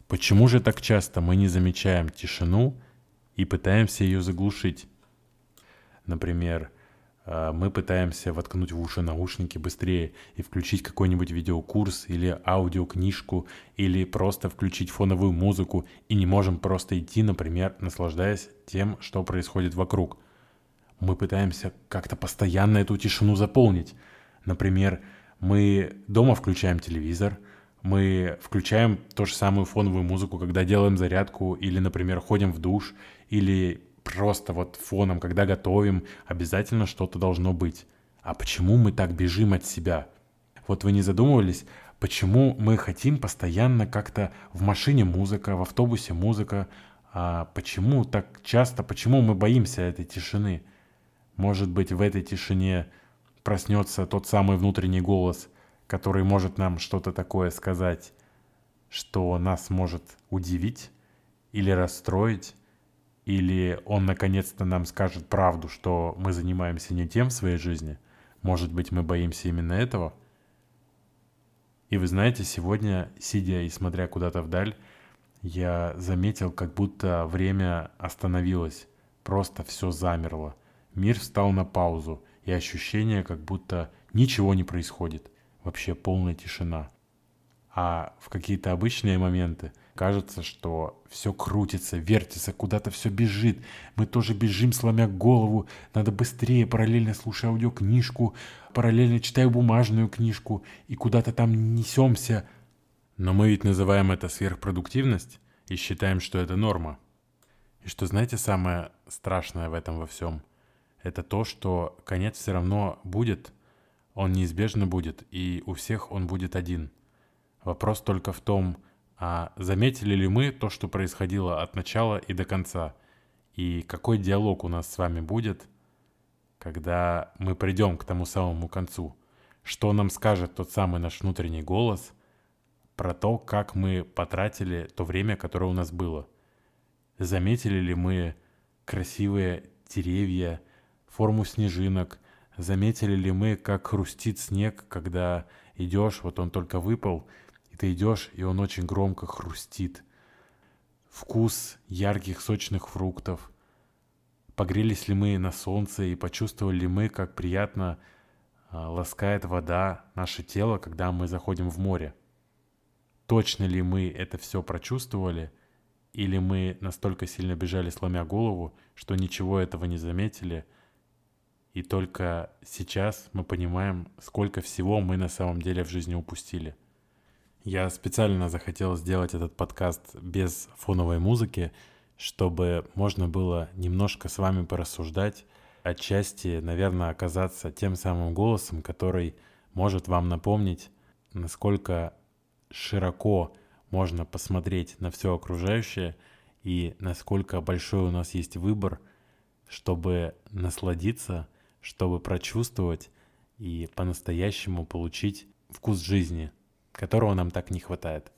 Почему же так часто мы не замечаем тишину и пытаемся ее заглушить? Например, мы пытаемся воткнуть в уши наушники быстрее и включить какой-нибудь видеокурс или аудиокнижку, или просто включить фоновую музыку и не можем просто идти, например, наслаждаясь тем, что происходит вокруг. Мы пытаемся как-то постоянно эту тишину заполнить. Например, мы дома включаем телевизор, мы включаем ту же самую фоновую музыку, когда делаем зарядку, или, например, ходим в душ, или просто вот фоном, когда готовим, обязательно что-то должно быть. А почему мы так бежим от себя? Вот вы не задумывались, почему мы хотим постоянно как-то в машине музыка, в автобусе музыка, а почему так часто, почему мы боимся этой тишины? Может быть, в этой тишине проснется тот самый внутренний голос, который может нам что-то такое сказать, что нас может удивить или расстроить, или он наконец-то нам скажет правду, что мы занимаемся не тем в своей жизни. Может быть, мы боимся именно этого? И вы знаете, сегодня, сидя и смотря куда-то вдаль, я заметил, как будто время остановилось, просто все замерло. Мир встал на паузу, и ощущение, как будто ничего не происходит. Вообще полная тишина. А в какие-то обычные моменты кажется, что все крутится, вертится, куда-то все бежит. Мы тоже бежим, сломя голову. Надо быстрее, параллельно слушая аудиокнижку, параллельно читая бумажную книжку и куда-то там несемся. Но мы ведь называем это сверхпродуктивность и считаем, что это норма. И что, знаете, самое страшное в этом во всем? Это то, что конец все равно будет, он неизбежно будет, и у всех он будет один. Вопрос только в том, а заметили ли мы то, что происходило от начала и до конца, и какой диалог у нас с вами будет, когда мы придем к тому самому концу, что нам скажет тот самый наш внутренний голос про то, как мы потратили то время, которое у нас было. Заметили ли мы красивые деревья, форму снежинок, заметили ли мы, как хрустит снег, когда идешь, вот он только выпал, и ты идешь, и он очень громко хрустит. Вкус ярких сочных фруктов. Погрелись ли мы на солнце и почувствовали ли мы, как приятно ласкает вода наше тело, когда мы заходим в море. Точно ли мы это все прочувствовали, или мы настолько сильно бежали, сломя голову, что ничего этого не заметили, и только сейчас мы понимаем, сколько всего мы на самом деле в жизни упустили. Я специально захотел сделать этот подкаст без фоновой музыки, чтобы можно было немножко с вами порассуждать, отчасти, наверное, оказаться тем самым голосом, который может вам напомнить, насколько широко можно посмотреть на все окружающее и насколько большой у нас есть выбор, чтобы насладиться, чтобы прочувствовать и по-настоящему получить вкус жизни, которого нам так не хватает.